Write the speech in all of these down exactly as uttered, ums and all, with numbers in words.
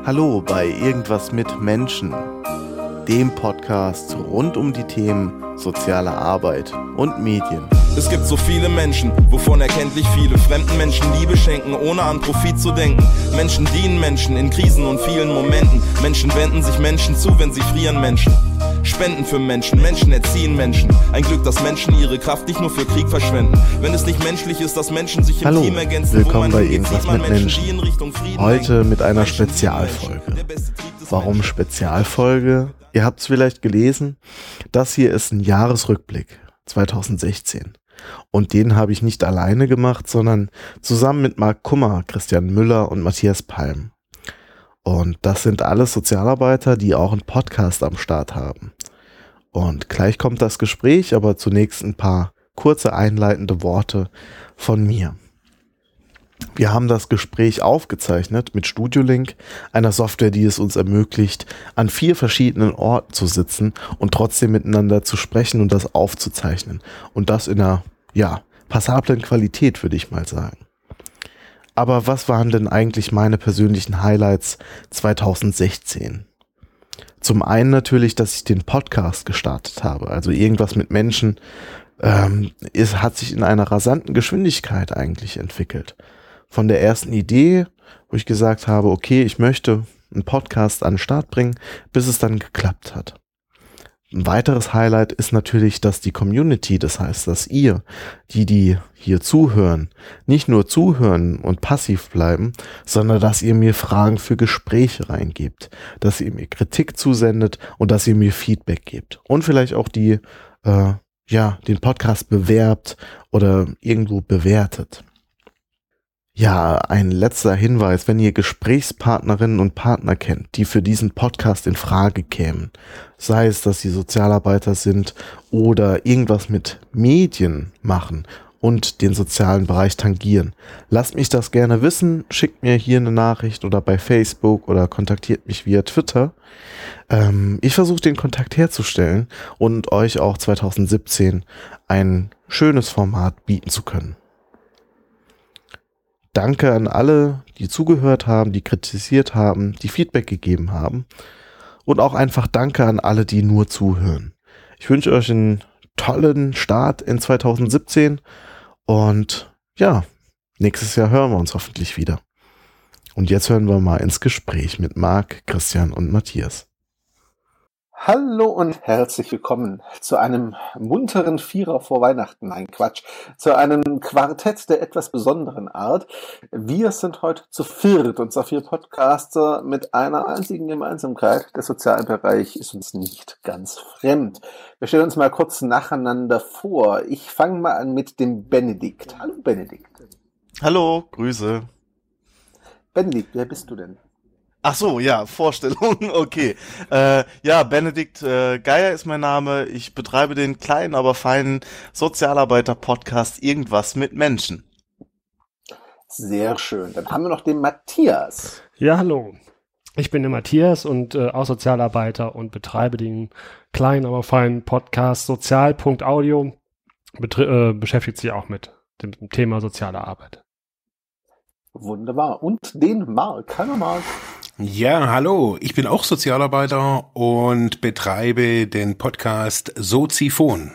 Hallo bei Irgendwas mit Menschen, dem Podcast rund um die Themen soziale Arbeit und Medien. Es gibt so viele Menschen, wovon erkenntlich viele fremden Menschen Liebe schenken, ohne an Profit zu denken. Menschen dienen Menschen in Krisen und vielen Momenten. Menschen wenden sich Menschen zu, wenn sie frieren. Menschen spenden für Menschen, Menschen erziehen Menschen. Ein Glück, dass Menschen ihre Kraft nicht nur für Krieg verschwenden. Wenn es nicht menschlich ist, dass Menschen sich im Hallo, Team ergänzen. willkommen bei Wo man Irgendwas mit Menschen. Heute mit einer Spezialfolge. Warum Spezialfolge? Ihr habt es vielleicht gelesen. Das hier ist ein Jahresrückblick zwanzig sechzehn. Und den habe ich nicht alleine gemacht, sondern zusammen mit Marc Kummer, Christian Müller und Matthias Palm. Und das sind alles Sozialarbeiter, die auch einen Podcast am Start haben. Und gleich kommt das Gespräch, aber zunächst ein paar kurze einleitende Worte von mir. Wir haben das Gespräch aufgezeichnet mit StudioLink, einer Software, die es uns ermöglicht, an vier verschiedenen Orten zu sitzen und trotzdem miteinander zu sprechen und das aufzuzeichnen. Und das in einer, ja, passablen Qualität, würde ich mal sagen. Aber was waren denn eigentlich meine persönlichen Highlights zwanzig sechzehn? Zum einen natürlich, dass ich den Podcast gestartet habe, also Irgendwas mit Menschen, ähm, ist, hat sich in einer rasanten Geschwindigkeit eigentlich entwickelt. Von der ersten Idee, wo ich gesagt habe, okay, ich möchte einen Podcast an den Start bringen, bis es dann geklappt hat. Ein weiteres Highlight ist natürlich, dass die Community, das heißt, dass ihr, die, die hier zuhören, nicht nur zuhören und passiv bleiben, sondern dass ihr mir Fragen für Gespräche reingebt, dass ihr mir Kritik zusendet und dass ihr mir Feedback gebt. Und vielleicht auch die, äh, ja, den Podcast bewerbt oder irgendwo bewertet. Ja, ein letzter Hinweis, wenn ihr Gesprächspartnerinnen und Partner kennt, die für diesen Podcast in Frage kämen, sei es, dass sie Sozialarbeiter sind oder irgendwas mit Medien machen und den sozialen Bereich tangieren, lasst mich das gerne wissen, schickt mir hier eine Nachricht oder bei Facebook oder kontaktiert mich via Twitter. Ähm, ich versuche den Kontakt herzustellen und euch auch zwanzig siebzehn ein schönes Format bieten zu können. Danke an alle, die zugehört haben, die kritisiert haben, die Feedback gegeben haben. Und auch einfach danke an alle, die nur zuhören. Ich wünsche euch einen tollen Start in zwanzig siebzehn. Und ja, nächstes Jahr hören wir uns hoffentlich wieder. Und jetzt hören wir mal ins Gespräch mit Marc, Christian und Matthias. Hallo und herzlich willkommen zu einem munteren Vierer vor Weihnachten. Nein, Quatsch. Zu einem Quartett der etwas besonderen Art. Wir sind heute zu viert, und zwar vier Podcaster mit einer einzigen Gemeinsamkeit. Der soziale Bereich ist uns nicht ganz fremd. Wir stellen uns mal kurz nacheinander vor. Ich fange mal an mit dem Benedikt. Hallo Benedikt. Hallo, Grüße. Benedikt, wer bist du denn? Ach so, ja, Vorstellung, okay. Äh, ja, Benedikt äh, Geier ist mein Name. Ich betreibe den kleinen, aber feinen Sozialarbeiter-Podcast Irgendwas mit Menschen. Sehr schön. Dann haben wir noch den Matthias. Ja, hallo. Ich bin der Matthias und äh, auch Sozialarbeiter und betreibe den kleinen, aber feinen Podcast Sozial.audio. Betri- äh, beschäftigt sich auch mit dem Thema soziale Arbeit. Wunderbar. Und den Marc. Hallo Marc. Ja, hallo, ich bin auch Sozialarbeiter und betreibe den Podcast Soziphon.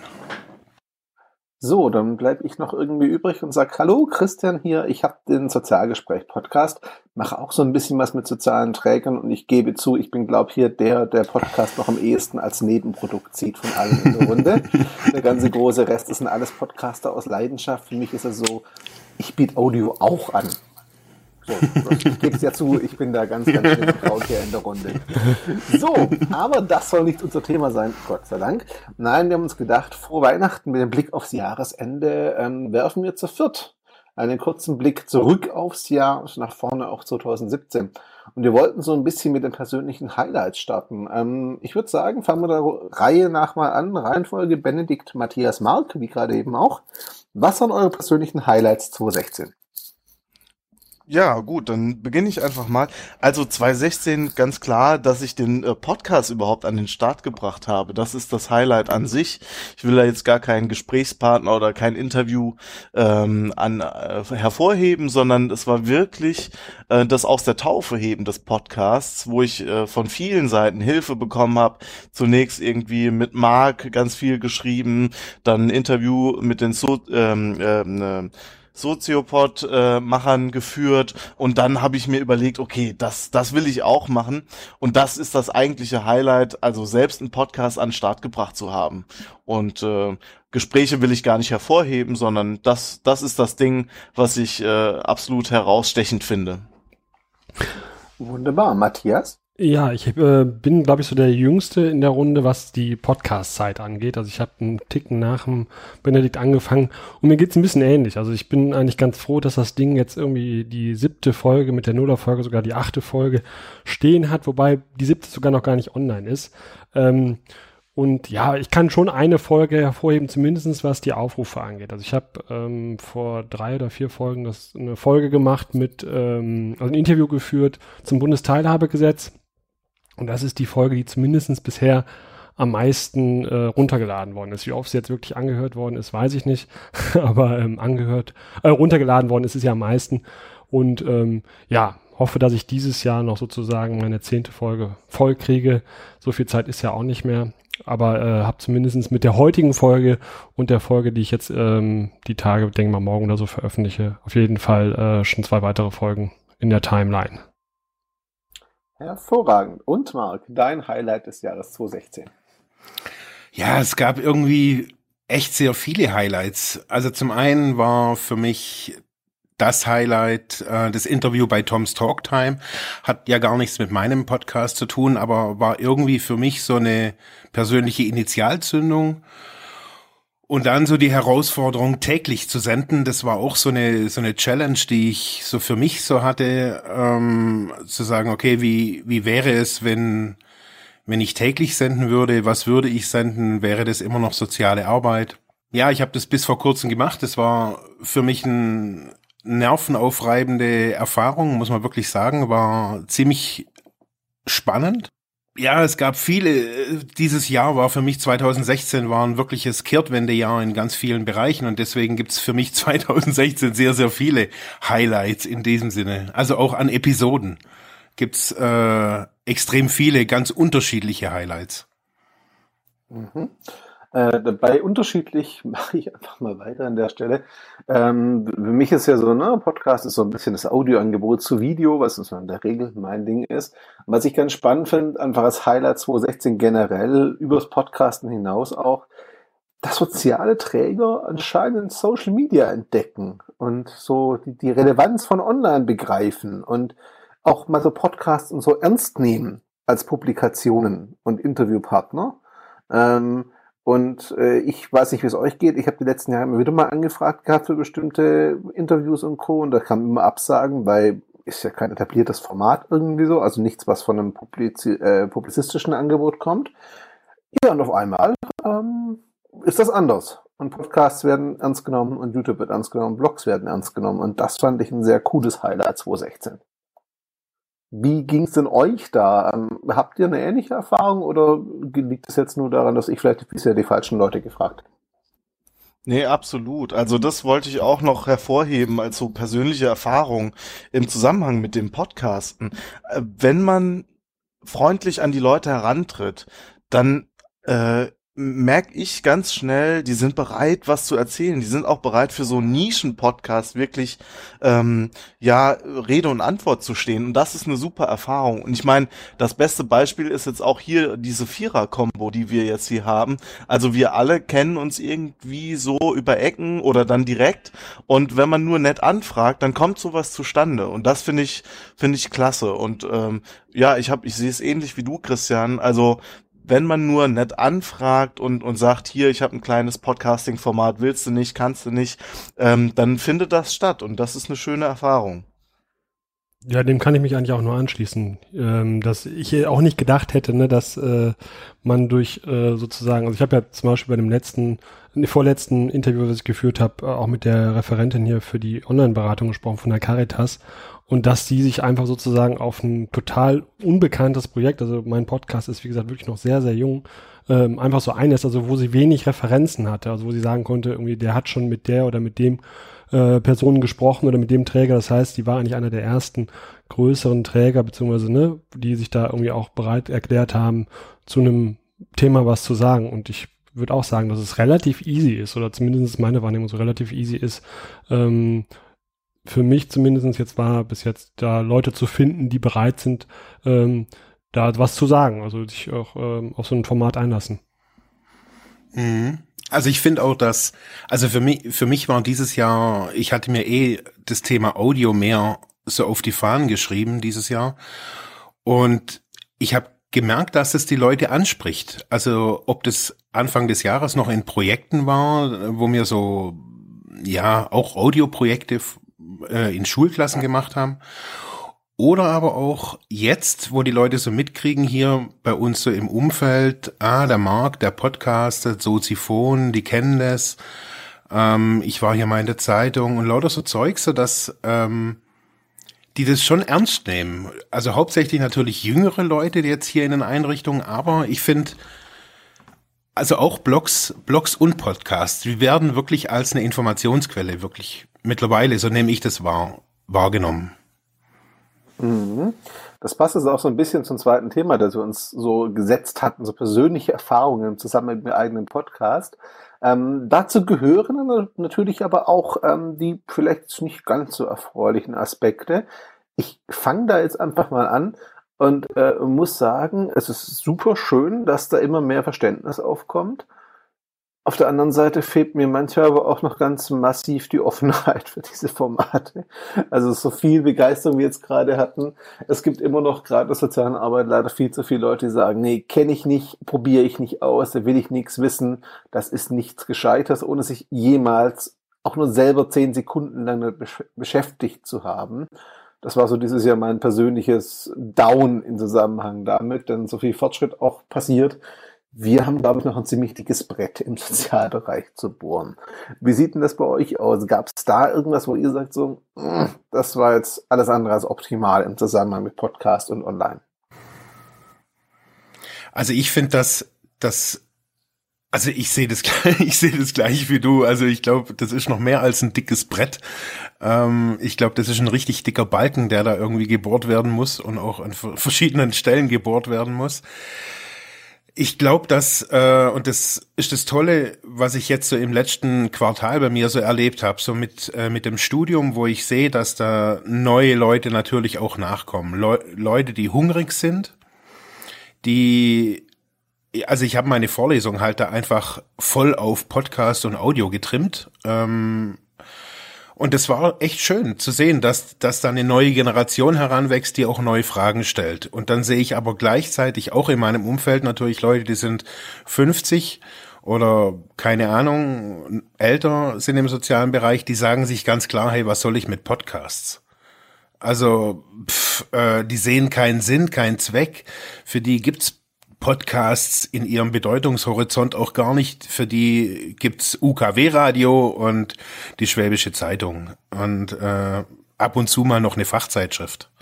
So, dann bleibe ich noch irgendwie übrig und sage, hallo, Christian hier, ich habe den Sozialgespräch-Podcast, mache auch so ein bisschen was mit sozialen Trägern und ich gebe zu, ich bin, glaube hier der, der Podcast noch am ehesten als Nebenprodukt sieht von allen in der Runde. Der ganze große Rest, das sind alles Podcaster aus Leidenschaft. Für mich ist es so, ich biete Audio auch an. So, ich gebe es ja zu, ich bin da ganz, ganz schön vertraut hier in der Runde. So, aber das soll nicht unser Thema sein, Gott sei Dank. Nein, wir haben uns gedacht, frohe Weihnachten mit dem Blick aufs Jahresende ähm, werfen wir zu viert einen kurzen Blick zurück aufs Jahr und nach vorne auf zwanzig siebzehn. Und wir wollten so ein bisschen mit den persönlichen Highlights starten. Ähm, ich würde sagen, fangen wir der Reihe nach mal an. Reihenfolge Benedikt, Matthias, Marc, wie gerade eben auch. Was waren eure persönlichen Highlights zwanzig sechzehn? Ja, gut, dann beginne ich einfach mal. Also zwanzig sechzehn ganz klar, dass ich den äh, Podcast überhaupt an den Start gebracht habe. Das ist das Highlight an sich. Ich will da jetzt gar keinen Gesprächspartner oder kein Interview ähm, an äh, hervorheben, sondern es war wirklich äh, das aus der Taufe heben des Podcasts, wo ich äh, von vielen Seiten Hilfe bekommen habe. Zunächst irgendwie mit Marc ganz viel geschrieben, dann ein Interview mit den so ähm, ähm, Soziopod-Machern äh, geführt und dann habe ich mir überlegt, okay, das das will ich auch machen und das ist das eigentliche Highlight, also selbst einen Podcast an den Start gebracht zu haben und äh, Gespräche will ich gar nicht hervorheben, sondern das das ist das Ding, was ich äh, absolut herausstechend finde. Wunderbar. Matthias? Ja, ich äh, bin, glaube ich, so der Jüngste in der Runde, was die Podcast-Zeit angeht. Also ich habe einen Ticken nach dem Benedikt angefangen und mir geht's ein bisschen ähnlich. Also ich bin eigentlich ganz froh, dass das Ding jetzt irgendwie die siebte Folge mit der Nuller-Folge, sogar die achte Folge stehen hat, wobei die siebte sogar noch gar nicht online ist. Ähm, und ja, ich kann schon eine Folge hervorheben, zumindest was die Aufrufe angeht. Also ich habe ähm, vor drei oder vier Folgen das eine Folge gemacht mit, ähm, also ein Interview geführt zum Bundesteilhabegesetz. Und das ist die Folge, die zumindest bisher am meisten äh, runtergeladen worden ist. Wie oft sie jetzt wirklich angehört worden ist, weiß ich nicht. Aber ähm, angehört, äh, runtergeladen worden ist es ja am meisten. Und ähm, ja, hoffe, dass ich dieses Jahr noch sozusagen meine zehnte Folge voll kriege. So viel Zeit ist ja auch nicht mehr. Aber äh, habe zumindest mit der heutigen Folge und der Folge, die ich jetzt ähm, die Tage, denke mal morgen oder so veröffentliche, auf jeden Fall äh, schon zwei weitere Folgen in der Timeline. Hervorragend. Und Marc, dein Highlight des Jahres zwanzig sechzehn? Ja, es gab irgendwie echt sehr viele Highlights. Also zum einen war für mich das Highlight äh, das Interview bei Tom's Talk Time. Hat ja gar nichts mit meinem Podcast zu tun, aber war irgendwie für mich so eine persönliche Initialzündung. Und dann so die Herausforderung, täglich zu senden, das war auch so eine so eine Challenge, die ich so für mich so hatte, ähm, zu sagen, okay, wie wie wäre es, wenn wenn ich täglich senden würde, was würde ich senden, wäre das immer noch soziale Arbeit? Ja, ich habe das bis vor kurzem gemacht, das war für mich eine nervenaufreibende Erfahrung, muss man wirklich sagen, war ziemlich spannend. Ja, es gab viele, dieses Jahr war für mich zwanzig sechzehn war ein wirkliches Kehrtwendejahr in ganz vielen Bereichen und deswegen gibt's für mich zwanzig sechzehn sehr, sehr viele Highlights in diesem Sinne. Also auch an Episoden gibt's äh, extrem viele, ganz unterschiedliche Highlights. Mhm. Äh, bei unterschiedlich mache ich einfach mal weiter an der Stelle. Ähm, für mich ist ja so, ne, Podcast ist so ein bisschen das Audioangebot zu Video, was in der Regel mein Ding ist. Und was ich ganz spannend finde, einfach als Highlight zwanzig sechzehn generell, übers Podcasten hinaus auch, dass soziale Träger anscheinend Social Media entdecken und so die, die Relevanz von Online begreifen und auch mal so Podcasts und so ernst nehmen als Publikationen und Interviewpartner. Ähm, Und äh, ich weiß nicht, wie es euch geht. Ich habe die letzten Jahre immer wieder mal angefragt gehabt für bestimmte Interviews und Co. Und da kann man immer absagen, weil ist ja kein etabliertes Format irgendwie so. Also nichts, was von einem Publizi- äh, publizistischen Angebot kommt. Ja, und auf einmal ähm, ist das anders. Und Podcasts werden ernst genommen und YouTube wird ernst genommen, Blogs werden ernst genommen. Und das fand ich ein sehr cooles Highlight zwanzig sechzehn. Wie ging's denn euch da? Ähm, habt ihr eine ähnliche Erfahrung oder liegt es jetzt nur daran, dass ich vielleicht bisher die falschen Leute gefragt habe? Nee, absolut. Also das wollte ich auch noch hervorheben als so persönliche Erfahrung im Zusammenhang mit dem Podcasten. Äh, wenn man freundlich an die Leute herantritt, dann äh, merke ich ganz schnell, die sind bereit, was zu erzählen. Die sind auch bereit, für so einen Nischen-Podcast wirklich ähm, ja Rede und Antwort zu stehen. Und das ist eine super Erfahrung. Und ich meine, das beste Beispiel ist jetzt auch hier diese Vierer-Kombo, die wir jetzt hier haben. Also wir alle kennen uns irgendwie so über Ecken oder dann direkt. Und wenn man nur nett anfragt, dann kommt sowas zustande. Und das finde ich finde ich klasse. Und ähm, ja, ich habe ich sehe es ähnlich wie du, Christian. Also wenn man nur nett anfragt und und sagt, hier, ich habe ein kleines Podcasting-Format, willst du nicht, kannst du nicht, ähm, dann findet das statt und das ist eine schöne Erfahrung. Ja, dem kann ich mich eigentlich auch nur anschließen, ähm, dass ich auch nicht gedacht hätte, ne, dass äh, man durch äh, sozusagen, also ich habe ja zum Beispiel bei dem letzten, vorletzten Interview, das ich geführt habe, auch mit der Referentin hier für die Online-Beratung gesprochen von der Caritas und dass die sich einfach sozusagen auf ein total unbekanntes Projekt, also mein Podcast ist wie gesagt wirklich noch sehr, sehr jung, ähm, einfach so einlässt, also wo sie wenig Referenzen hatte, also wo sie sagen konnte, irgendwie der hat schon mit der oder mit dem äh, Personen gesprochen oder mit dem Träger, das heißt, die war eigentlich einer der ersten größeren Träger, beziehungsweise, ne, die sich da irgendwie auch bereit erklärt haben, zu einem Thema was zu sagen. Und ich würde auch sagen, dass es relativ easy ist, oder zumindest meine Wahrnehmung so relativ easy ist, ähm, für mich zumindest jetzt war bis jetzt da Leute zu finden, die bereit sind, ähm, da was zu sagen, also sich auch ähm, auf so ein Format einlassen. Mhm. Also ich finde auch, dass, also für mich, für mich war dieses Jahr, ich hatte mir eh das Thema Audio mehr so auf die Fahnen geschrieben dieses Jahr und ich habe gemerkt, dass es die Leute anspricht. Also ob das Anfang des Jahres noch in Projekten war, wo wir so, ja, auch Audioprojekte äh, in Schulklassen gemacht haben, oder aber auch jetzt, wo die Leute so mitkriegen hier bei uns so im Umfeld, ah, der Marc, der podcastet, Soziphon, die kennen das, ähm, ich war hier mal in der Zeitung und lauter so Zeug, so dass ähm, die das schon ernst nehmen. Also hauptsächlich natürlich jüngere Leute, die jetzt hier in den Einrichtungen, aber ich finde, also auch Blogs, Blogs und Podcasts, die werden wirklich als eine Informationsquelle wirklich mittlerweile, so nehme ich das wahr, wahrgenommen. Das passt jetzt auch so ein bisschen zum zweiten Thema, das wir uns so gesetzt hatten, so persönliche Erfahrungen zusammen mit dem eigenen Podcast. Ähm, dazu gehören natürlich aber auch ähm, die vielleicht nicht ganz so erfreulichen Aspekte. Ich fange da jetzt einfach mal an und äh, muss sagen, es ist super schön, dass da immer mehr Verständnis aufkommt. Auf der anderen Seite fehlt mir manchmal aber auch noch ganz massiv die Offenheit für diese Formate. Also so viel Begeisterung wie wir jetzt gerade hatten. Es gibt immer noch gerade in der sozialen Arbeit leider viel zu viele Leute, die sagen, nee, kenne ich nicht, probiere ich nicht aus, da will ich nichts wissen, das ist nichts Gescheites, ohne sich jemals auch nur selber zehn Sekunden lang besch- beschäftigt zu haben. Das war so dieses Jahr mein persönliches Down im Zusammenhang damit, denn so viel Fortschritt auch passiert. Wir haben, glaube ich, noch ein ziemlich dickes Brett im Sozialbereich zu bohren. Wie sieht denn das bei euch aus? Gab es da irgendwas, wo ihr sagt so, das war jetzt alles andere als optimal im Zusammenhang mit Podcast und Online? Also ich finde, dass das, also ich sehe das, ich sehe das gleich wie du. Also ich glaube, das ist noch mehr als ein dickes Brett. Ähm, ich glaube, das ist ein richtig dicker Balken, der da irgendwie gebohrt werden muss und auch an verschiedenen Stellen gebohrt werden muss. Ich glaube, dass, äh, und das ist das Tolle, was ich jetzt so im letzten Quartal bei mir so erlebt habe, so mit äh, mit dem Studium, wo ich sehe, dass da neue Leute natürlich auch nachkommen. Le- Leute, die hungrig sind, die, also ich habe meine Vorlesung halt da einfach voll auf Podcast und Audio getrimmt. Ähm, Und es war echt schön zu sehen, dass, dass da eine neue Generation heranwächst, die auch neue Fragen stellt. Und dann sehe ich aber gleichzeitig auch in meinem Umfeld natürlich Leute, die sind fünfzig oder keine Ahnung, älter sind im sozialen Bereich, die sagen sich ganz klar, hey, was soll ich mit Podcasts? Also, pff, äh, die sehen keinen Sinn, keinen Zweck. Für die gibt's Podcasts in ihrem Bedeutungshorizont auch gar nicht. Für die gibt's U K W-Radio und die Schwäbische Zeitung und äh, ab und zu mal noch eine Fachzeitschrift.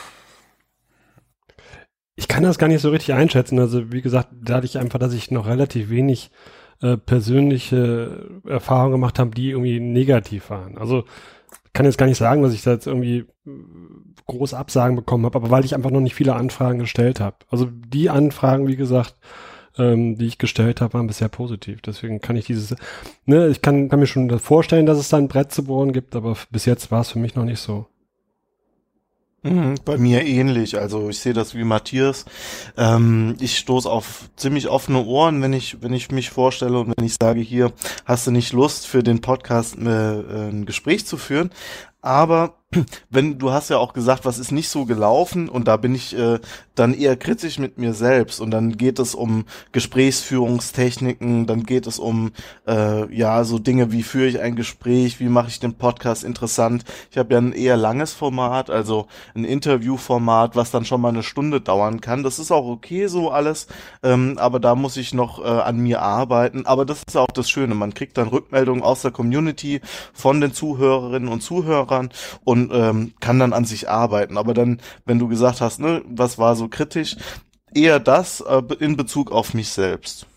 Ich kann das gar nicht so richtig einschätzen. Also wie gesagt, dadurch einfach, dass ich noch relativ wenig äh, persönliche Erfahrungen gemacht habe, die irgendwie negativ waren. Also ich kann jetzt gar nicht sagen, dass ich da jetzt irgendwie groß Absagen bekommen habe, aber weil ich einfach noch nicht viele Anfragen gestellt habe. Also die Anfragen, wie gesagt, ähm, die ich gestellt habe, waren bisher positiv. Deswegen kann ich dieses, ne, ich kann, kann mir schon vorstellen, dass es da ein Brett zu bohren gibt, aber bis jetzt war es für mich noch nicht so. Mhm, bei mir ähnlich, also ich sehe das wie Matthias. Ähm, ich stoße auf ziemlich offene Ohren, wenn ich wenn ich mich vorstelle und wenn ich sage, hier hast du nicht Lust für den Podcast äh, ein Gespräch zu führen, aber wenn du hast ja auch gesagt, was ist nicht so gelaufen und da bin ich äh, dann eher kritisch mit mir selbst und dann geht es um Gesprächsführungstechniken, dann geht es um äh, ja so Dinge, wie führe ich ein Gespräch, wie mache ich den Podcast interessant. Ich habe ja ein eher langes Format, also ein Interviewformat, was dann schon mal eine Stunde dauern kann. Das ist auch okay so alles, ähm, aber da muss ich noch äh, an mir arbeiten. Aber das ist auch das Schöne, man kriegt dann Rückmeldungen aus der Community von den Zuhörerinnen und Zuhörern Hörern und ähm, kann dann an sich arbeiten. Aber dann, wenn du gesagt hast, ne, was war so kritisch, eher das äh, in Bezug auf mich selbst.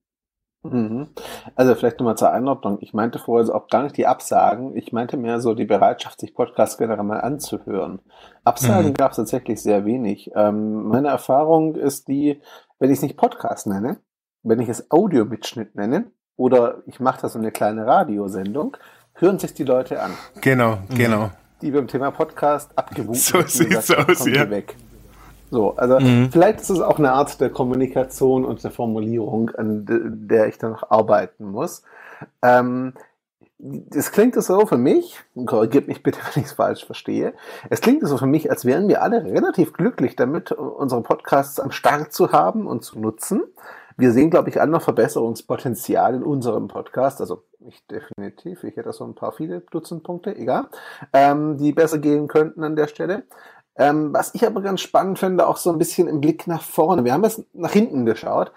Mhm. Also vielleicht nochmal zur Einordnung. Ich meinte vorher auch gar nicht die Absagen. Ich meinte mehr so die Bereitschaft, sich Podcasts generell mal anzuhören. Absagen Mhm. gab es tatsächlich sehr wenig. Ähm, meine Erfahrung ist die, wenn ich es nicht Podcast nenne, wenn ich es Audiomitschnitt nenne oder ich mache da so eine kleine Radiosendung, hören sich die Leute an. Genau, genau. Die beim Thema Podcast abgewunken So sind, die sieht's gesagt, aus, kommen die ja. weg. So, also Mhm. vielleicht ist es auch eine Art der Kommunikation und der Formulierung, an de- der ich dann noch arbeiten muss. Ähm, das klingt so für mich, korrigiert mich bitte, wenn ich es falsch verstehe, es klingt so für mich, als wären wir alle relativ glücklich damit, unsere Podcasts am Start zu haben und zu nutzen. Wir sehen, glaube ich, alle noch Verbesserungspotenzial in unserem Podcast, also ich definitiv, ich hätte so ein paar viele Dutzend Punkte, egal, ähm, die besser gehen könnten an der Stelle. Ähm, was ich aber ganz spannend finde, auch so ein bisschen im Blick nach vorne. Wir haben jetzt nach hinten geschaut.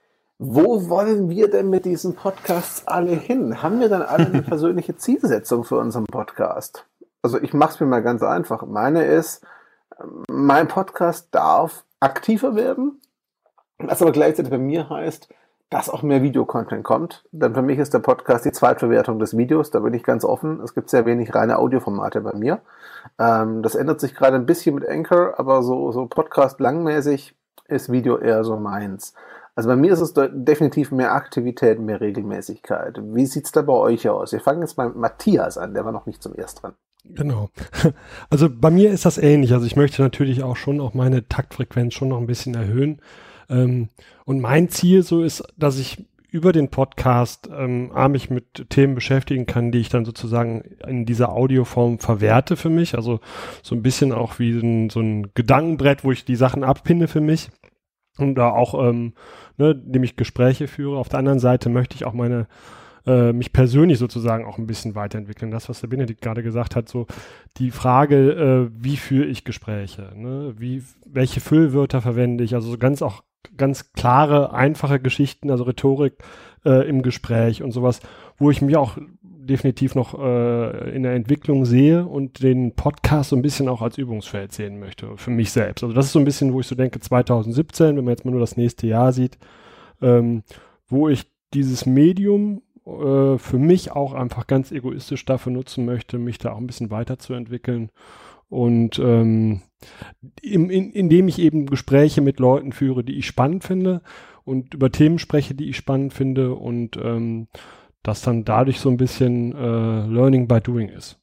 Wo wollen wir denn mit diesen Podcasts alle hin? Haben wir dann alle eine persönliche Zielsetzung für unseren Podcast? Also ich mache es mir mal ganz einfach. Meine ist, mein Podcast darf aktiver werden, was aber gleichzeitig bei mir heißt, dass auch mehr Videocontent kommt. Denn für mich ist der Podcast die Zweitverwertung des Videos. Da bin ich ganz offen. Es gibt sehr wenig reine Audioformate bei mir. Ähm, das ändert sich gerade ein bisschen mit Anchor, aber so, so Podcast-langmäßig ist Video eher so meins. Also bei mir ist es de- definitiv mehr Aktivität, mehr Regelmäßigkeit. Wie sieht's da bei euch aus? Wir fangen jetzt mal mit Matthias an, der war noch nicht zum ersten dran. Genau. Also bei mir ist das ähnlich. Also ich möchte natürlich auch schon auch meine Taktfrequenz schon noch ein bisschen erhöhen. Ähm, und mein Ziel so ist, dass ich über den Podcast ähm, A, mich mit Themen beschäftigen kann, die ich dann sozusagen in dieser Audioform verwerte für mich. Also so ein bisschen auch wie ein, so ein Gedankenbrett, wo ich die Sachen abpinne für mich. Und da auch, ähm, ne, indem ich Gespräche führe. Auf der anderen Seite möchte ich auch meine äh, mich persönlich sozusagen auch ein bisschen weiterentwickeln. Das, was der Benedikt gerade gesagt hat, so die Frage, äh, wie führe ich Gespräche? Ne? Wie, welche Füllwörter verwende ich? Also so ganz auch ganz klare, einfache Geschichten, also Rhetorik äh, im Gespräch und sowas, wo ich mich auch definitiv noch äh, in der Entwicklung sehe und den Podcast so ein bisschen auch als Übungsfeld sehen möchte, für mich selbst. Also das ist so ein bisschen, wo ich so denke, zwanzig siebzehn, wenn man jetzt mal nur das nächste Jahr sieht, ähm, wo ich dieses Medium äh, für mich auch einfach ganz egoistisch dafür nutzen möchte, mich da auch ein bisschen weiterzuentwickeln. Und ähm, in, in, indem ich eben Gespräche mit Leuten führe, die ich spannend finde und über Themen spreche, die ich spannend finde und ähm, das dann dadurch so ein bisschen äh, Learning by Doing ist.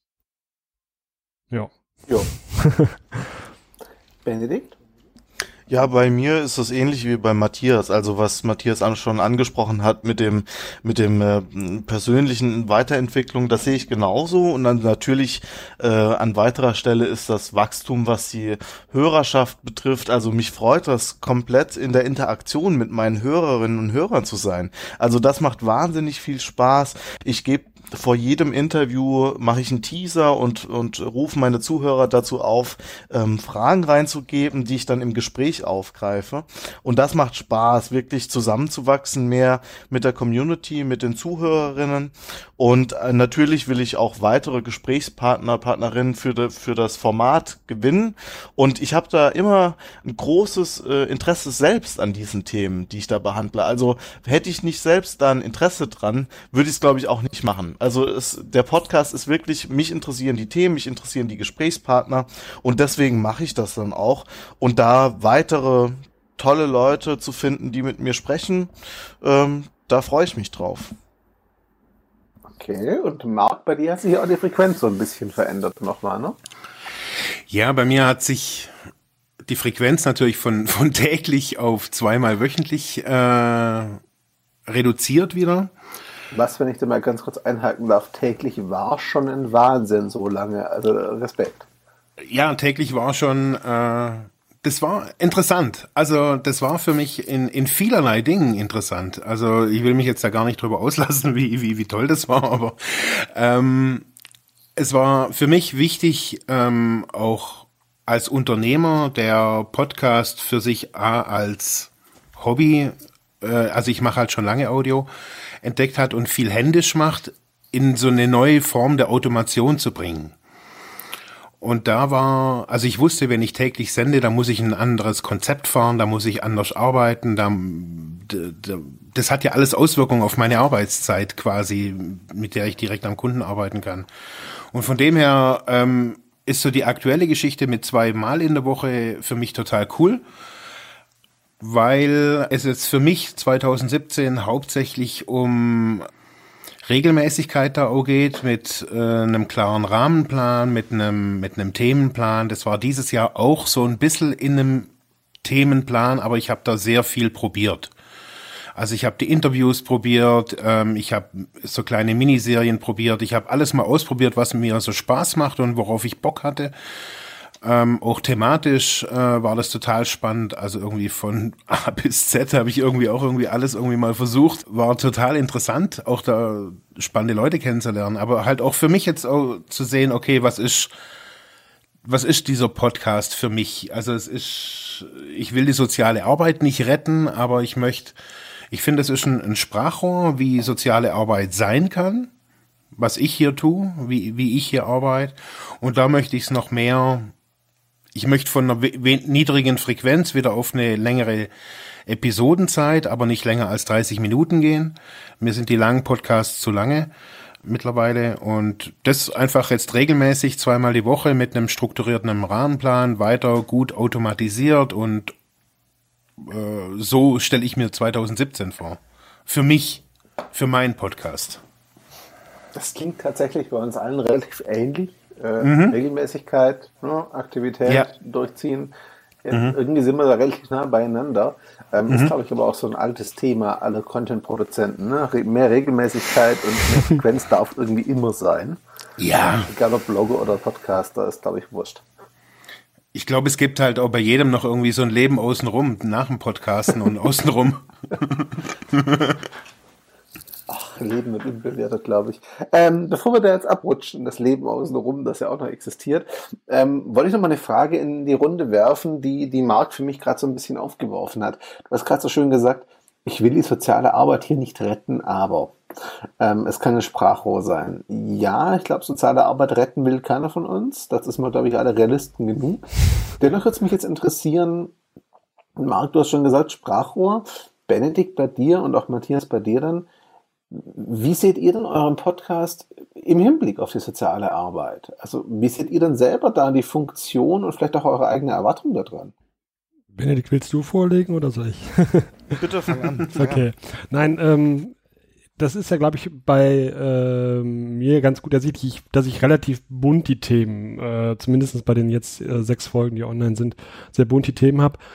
Ja. Jo. Benedikt? Ja, bei mir ist das ähnlich wie bei Matthias. Also was Matthias an, schon angesprochen hat mit dem mit dem äh, persönlichen Weiterentwicklung, das sehe ich genauso. Und dann natürlich äh, an weiterer Stelle ist das Wachstum, was die Hörerschaft betrifft. Also mich freut das komplett in der Interaktion mit meinen Hörerinnen und Hörern zu sein. Also das macht wahnsinnig viel Spaß. Ich gebe vor jedem Interview mache ich einen Teaser und und rufe meine Zuhörer dazu auf, ähm, Fragen reinzugeben, die ich dann im Gespräch aufgreife. Und das macht Spaß, wirklich zusammenzuwachsen, mehr mit der Community, mit den Zuhörerinnen. Und äh, natürlich will ich auch weitere Gesprächspartner, Partnerinnen für de, für das Format gewinnen. Und ich habe da immer ein großes äh, Interesse selbst an diesen Themen, die ich da behandle. Also hätte ich nicht selbst da ein Interesse dran, würde ich es, glaube ich, auch nicht machen. Also es, der Podcast ist wirklich, mich interessieren die Themen, mich interessieren die Gesprächspartner und deswegen mache ich das dann auch. Und da weitere tolle Leute zu finden, die mit mir sprechen, ähm, da freue ich mich drauf. Okay, und Marc, bei dir hat sich auch die Frequenz so ein bisschen verändert nochmal, ne? Ja, bei mir hat sich die Frequenz natürlich von, von täglich auf zweimal wöchentlich äh, reduziert wieder. Was, wenn ich da mal ganz kurz einhaken darf, täglich war schon ein Wahnsinn so lange, also Respekt. Ja, täglich war schon, äh, das war interessant. Also das war für mich in, in vielerlei Dingen interessant. Also ich will mich jetzt da gar nicht drüber auslassen, wie, wie, wie toll das war, aber ähm, es war für mich wichtig, ähm, auch als Unternehmer, der Podcast für sich A, als Hobby, äh, also ich mache halt schon lange Audio, entdeckt hat und viel händisch macht, in so eine neue Form der Automation zu bringen. Und da war, also ich wusste, wenn ich täglich sende, da muss ich ein anderes Konzept fahren, da muss ich anders arbeiten, da, das hat ja alles Auswirkungen auf meine Arbeitszeit quasi, mit der ich direkt am Kunden arbeiten kann. Und von dem her ähm, ist so die aktuelle Geschichte mit zwei Mal in der Woche für mich total cool, weil es jetzt für mich zwanzig siebzehn hauptsächlich um Regelmäßigkeit da auch geht, mit äh, einem klaren Rahmenplan, mit einem mit einem Themenplan. Das war dieses Jahr auch so ein bisschen in einem Themenplan, aber ich habe da sehr viel probiert. Also ich habe die Interviews probiert, ähm, ich habe so kleine Miniserien probiert, ich habe alles mal ausprobiert, was mir so Spaß macht und worauf ich Bock hatte. Ähm, auch thematisch äh, war das total spannend, also irgendwie von A bis Z habe ich irgendwie auch irgendwie alles irgendwie mal versucht, war total interessant, auch da spannende Leute kennenzulernen, aber halt auch für mich jetzt auch zu sehen, okay, was ist, was ist dieser Podcast für mich? Also es ist, ich will die soziale Arbeit nicht retten, aber ich möchte, ich finde, es ist ein, ein Sprachrohr, wie soziale Arbeit sein kann, was ich hier tue, wie, wie ich hier arbeite, und da möchte ich es noch mehr. Ich möchte von einer niedrigen Frequenz wieder auf eine längere Episodenzeit, aber nicht länger als dreißig Minuten gehen. Mir sind die langen Podcasts zu lange mittlerweile, und das einfach jetzt regelmäßig zweimal die Woche mit einem strukturierten Rahmenplan, weiter gut automatisiert, und äh, so stelle ich mir zwanzig siebzehn vor. Für mich, für meinen Podcast. Das klingt tatsächlich bei uns allen relativ ähnlich. Äh, mhm. Regelmäßigkeit, ne, Aktivität ja. durchziehen. Ja, mhm. Irgendwie sind wir da relativ nah beieinander. Ähm, mhm. Ist, glaube ich, aber auch so ein altes Thema aller Content-Produzenten. Ne? Re- mehr Regelmäßigkeit und mehr Frequenz darf irgendwie immer sein. Ja. Egal ob Blogger oder Podcaster, ist, glaube ich, wurscht. Ich glaube, es gibt halt auch bei jedem noch irgendwie so ein Leben außenrum, nach dem Podcasten und außenrum. Ach, Leben wird unbewertet, glaube ich. Ähm, bevor wir da jetzt abrutschen, das Leben außenrum, das ja auch noch existiert, ähm, wollte ich noch mal eine Frage in die Runde werfen, die die Marc für mich gerade so ein bisschen aufgeworfen hat. Du hast gerade so schön gesagt, ich will die soziale Arbeit hier nicht retten, aber ähm, es kann ein Sprachrohr sein. Ja, ich glaube, soziale Arbeit retten will keiner von uns. Das ist mal, glaube ich, alle Realisten genug. Dennoch würde es mich jetzt interessieren, Marc, du hast schon gesagt, Sprachrohr. Benedikt, bei dir und auch Matthias, bei dir dann, wie seht ihr denn euren Podcast im Hinblick auf die soziale Arbeit? Also wie seht ihr denn selber da die Funktion und vielleicht auch eure eigene Erwartung da dran? Benedikt, willst du vorlegen oder soll ich? Bitte fang an. Fang okay. An. Nein, ähm, das ist ja, glaube ich, bei ähm, mir ganz gut ersichtlich, dass ich relativ bunt die Themen, äh, zumindest bei den jetzt äh, sechs Folgen, die online sind, sehr bunt die Themen habe.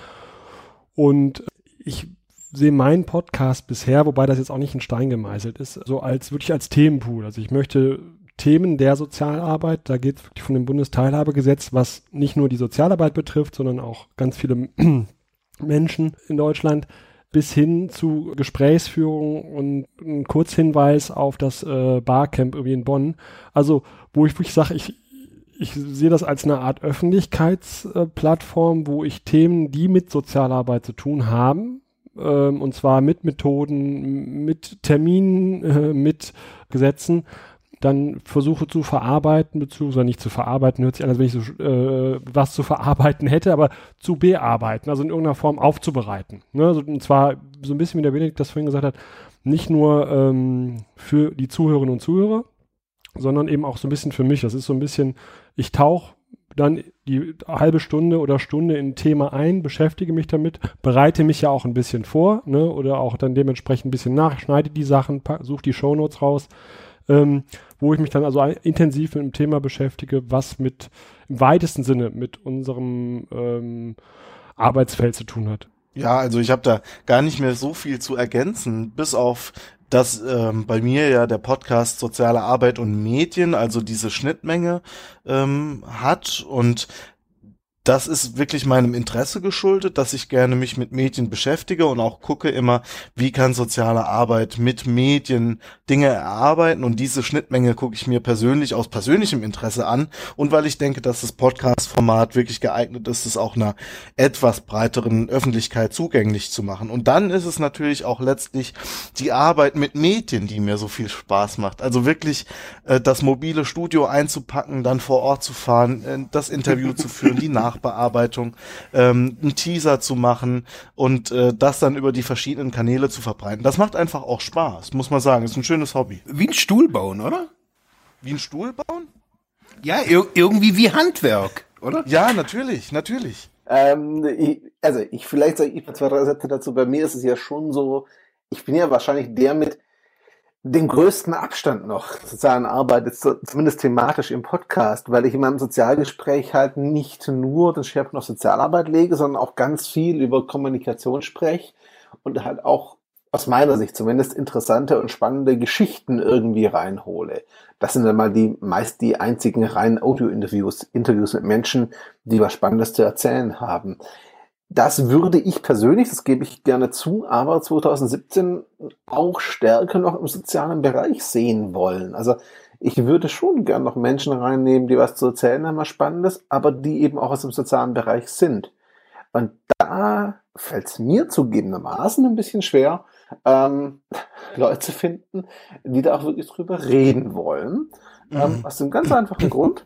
Und ich sehe meinen Podcast bisher, wobei das jetzt auch nicht in Stein gemeißelt ist, so als wirklich als Themenpool. Also ich möchte Themen der Sozialarbeit, da geht es wirklich von dem Bundesteilhabegesetz, was nicht nur die Sozialarbeit betrifft, sondern auch ganz viele Menschen in Deutschland, bis hin zu Gesprächsführung und ein Kurzhinweis auf das äh, Barcamp irgendwie in Bonn. Also wo ich wirklich sage, ich Ich sehe das als eine Art Öffentlichkeitsplattform, wo ich Themen, die mit Sozialarbeit zu tun haben, ähm, und zwar mit Methoden, mit Terminen, äh, mit Gesetzen, dann versuche zu verarbeiten, beziehungsweise nicht zu verarbeiten, hört sich an, als wenn ich so äh, was zu verarbeiten hätte, aber zu bearbeiten, also in irgendeiner Form aufzubereiten. Ne? Also, und zwar so ein bisschen, wie der Benedikt das vorhin gesagt hat, nicht nur ähm, für die Zuhörerinnen und Zuhörer, sondern eben auch so ein bisschen für mich. Das ist so ein bisschen, ich tauche dann die halbe Stunde oder Stunde in ein Thema ein, beschäftige mich damit, bereite mich ja auch ein bisschen vor, ne, oder auch dann dementsprechend ein bisschen nach, schneide die Sachen, suche die Shownotes raus, ähm, wo ich mich dann also intensiv mit dem Thema beschäftige, was mit, im weitesten Sinne mit unserem ähm, Arbeitsfeld zu tun hat. Ja, also ich habe da gar nicht mehr so viel zu ergänzen, bis auf dass ähm, bei mir ja der Podcast Soziale Arbeit und Medien, also diese Schnittmenge ähm, hat, und das ist wirklich meinem Interesse geschuldet, dass ich gerne mich mit Medien beschäftige und auch gucke immer, wie kann soziale Arbeit mit Medien Dinge erarbeiten, und diese Schnittmenge gucke ich mir persönlich aus persönlichem Interesse an und weil ich denke, dass das Podcast-Format wirklich geeignet ist, es auch einer etwas breiteren Öffentlichkeit zugänglich zu machen. Und dann ist es natürlich auch letztlich die Arbeit mit Medien, die mir so viel Spaß macht. Also wirklich äh, das mobile Studio einzupacken, dann vor Ort zu fahren, äh, das Interview zu führen, die Nachbearbeitung, ähm, einen Teaser zu machen und äh, das dann über die verschiedenen Kanäle zu verbreiten. Das macht einfach auch Spaß, muss man sagen. Ist ein schönes Hobby. Wie ein Stuhl bauen, oder? Wie ein Stuhl bauen? Ja, ir- irgendwie wie Handwerk, oder? Ja, natürlich, natürlich. Ähm, ich, also ich vielleicht sage ich mal zwei, drei Sätze dazu. Bei mir ist es ja schon so, ich bin ja wahrscheinlich der mit dem größten Abstand noch sozialen Arbeit, ist so, zumindest thematisch im Podcast, weil ich in meinem Sozialgespräch halt nicht nur den Schwerpunkt auf Sozialarbeit lege, sondern auch ganz viel über Kommunikation spreche und halt auch aus meiner Sicht zumindest interessante und spannende Geschichten irgendwie reinhole. Das sind dann mal die meist die einzigen reinen Audio-Interviews, Interviews mit Menschen, die was Spannendes zu erzählen haben. Das würde ich persönlich, das gebe ich gerne zu, aber zwanzig siebzehn auch stärker noch im sozialen Bereich sehen wollen. Also ich würde schon gerne noch Menschen reinnehmen, die was zu erzählen haben, was Spannendes, aber die eben auch aus dem sozialen Bereich sind. Und da fällt es mir zugegebenermaßen ein bisschen schwer, ähm, Leute zu finden, die da auch wirklich drüber reden wollen. Mhm. Ähm, aus dem ganz einfachen Grund,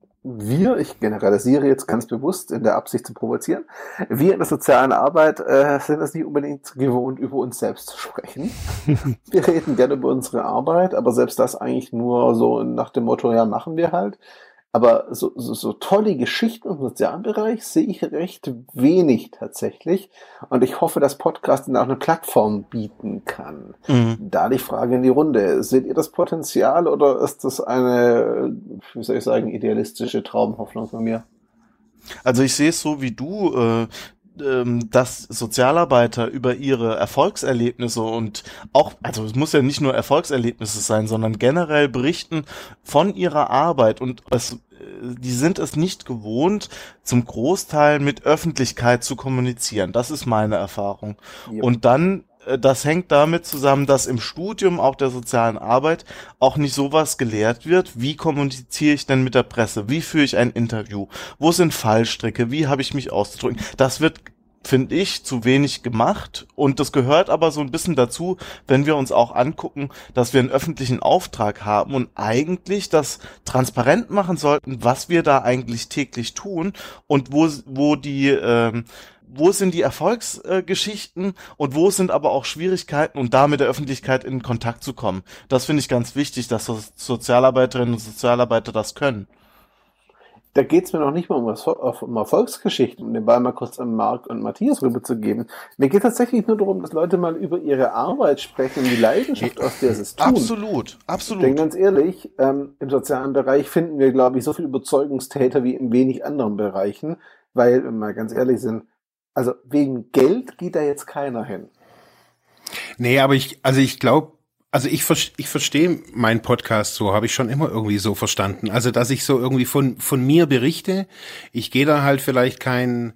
wir, ich generalisiere jetzt ganz bewusst in der Absicht zu provozieren, wir in der sozialen Arbeit äh, sind es nicht unbedingt gewohnt, über uns selbst zu sprechen. Wir reden gerne über unsere Arbeit, aber selbst das eigentlich nur so nach dem Motto, ja, machen wir halt. Aber so, so, so tolle Geschichten im sozialen Bereich sehe ich recht wenig tatsächlich. Und ich hoffe, dass Podcasting auch eine Plattform bieten kann. Mhm. Da die Frage in die Runde. Seht ihr das Potenzial oder ist das eine, wie soll ich sagen, idealistische Traumhoffnung von mir? Also ich sehe es so wie du, äh, dass Sozialarbeiter über ihre Erfolgserlebnisse und auch, also es muss ja nicht nur Erfolgserlebnisse sein, sondern generell berichten von ihrer Arbeit und es, die sind es nicht gewohnt, zum Großteil mit Öffentlichkeit zu kommunizieren. Das ist meine Erfahrung. Ja. Und dann, das hängt damit zusammen, dass im Studium auch der sozialen Arbeit auch nicht sowas gelehrt wird. Wie kommuniziere ich denn mit der Presse? Wie führe ich ein Interview? Wo sind Fallstricke? Wie habe ich mich auszudrücken? Das wird, finde ich, zu wenig gemacht. Und das gehört aber so ein bisschen dazu, wenn wir uns auch angucken, dass wir einen öffentlichen Auftrag haben und eigentlich das transparent machen sollten, was wir da eigentlich täglich tun und wo, wo die, ähm, wo sind die Erfolgsgeschichten äh, und wo sind aber auch Schwierigkeiten, um da mit der Öffentlichkeit in Kontakt zu kommen. Das finde ich ganz wichtig, dass so Sozialarbeiterinnen und Sozialarbeiter das können. Da geht es mir noch nicht mal um, was, um Erfolgsgeschichten, um den Ball mal kurz an Marc und Matthias rüberzugeben. Mir geht tatsächlich nur darum, dass Leute mal über ihre Arbeit sprechen und die Leidenschaft, aus der sie es tun. Absolut, absolut. Denn ganz ehrlich, ähm, im sozialen Bereich finden wir, glaube ich, so viele Überzeugungstäter wie in wenig anderen Bereichen, weil, wenn wir mal ganz ehrlich sind, also wegen Geld geht da jetzt keiner hin. Nee, aber ich, also ich glaube, also ich, ich verstehe meinen Podcast so, habe ich schon immer irgendwie so verstanden. Also, dass ich so irgendwie von, von mir berichte. Ich gehe da halt vielleicht kein,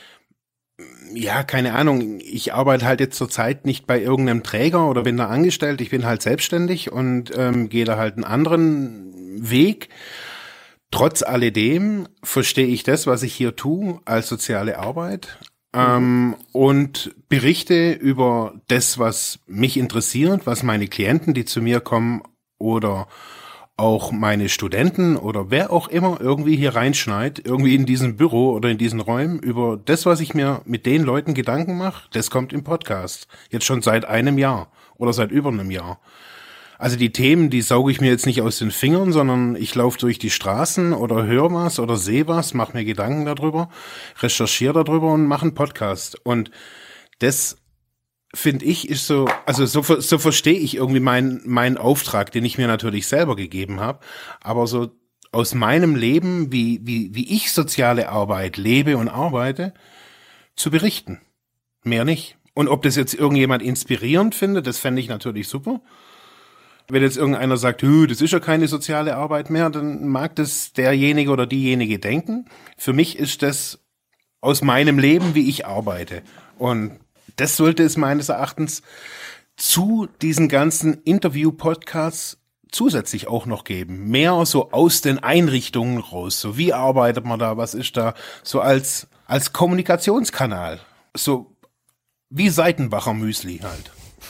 ja, keine Ahnung, ich arbeite halt jetzt zurzeit nicht bei irgendeinem Träger oder bin da angestellt. Ich bin halt selbstständig und ähm, gehe da halt einen anderen Weg. Trotz alledem verstehe ich das, was ich hier tue, als soziale Arbeit. Ähm, und berichte über das, was mich interessiert, was meine Klienten, die zu mir kommen, oder auch meine Studenten oder wer auch immer irgendwie hier reinschneit, irgendwie in diesem Büro oder in diesen Räumen, über das, was ich mir mit den Leuten Gedanken mache, das kommt im Podcast. Jetzt schon seit einem Jahr oder seit über einem Jahr. Also die Themen, die sauge ich mir jetzt nicht aus den Fingern, sondern ich laufe durch die Straßen oder höre was oder sehe was, mache mir Gedanken darüber, recherchiere darüber und mache einen Podcast. Und das, finde ich, ist so, also so, so verstehe ich irgendwie meinen meinen Auftrag, den ich mir natürlich selber gegeben habe, aber so aus meinem Leben, wie wie wie ich soziale Arbeit lebe und arbeite, zu berichten. Mehr nicht. Und ob das jetzt irgendjemand inspirierend findet, das fände ich natürlich super. Wenn jetzt irgendeiner sagt, das ist ja keine soziale Arbeit mehr, dann mag das derjenige oder diejenige denken. Für mich ist das aus meinem Leben, wie ich arbeite. Und das sollte es meines Erachtens zu diesen ganzen Interview-Podcasts zusätzlich auch noch geben. Mehr so aus den Einrichtungen raus. So, wie arbeitet man da? Was ist da? So als, als Kommunikationskanal. So wie Seitenbacher Müsli halt.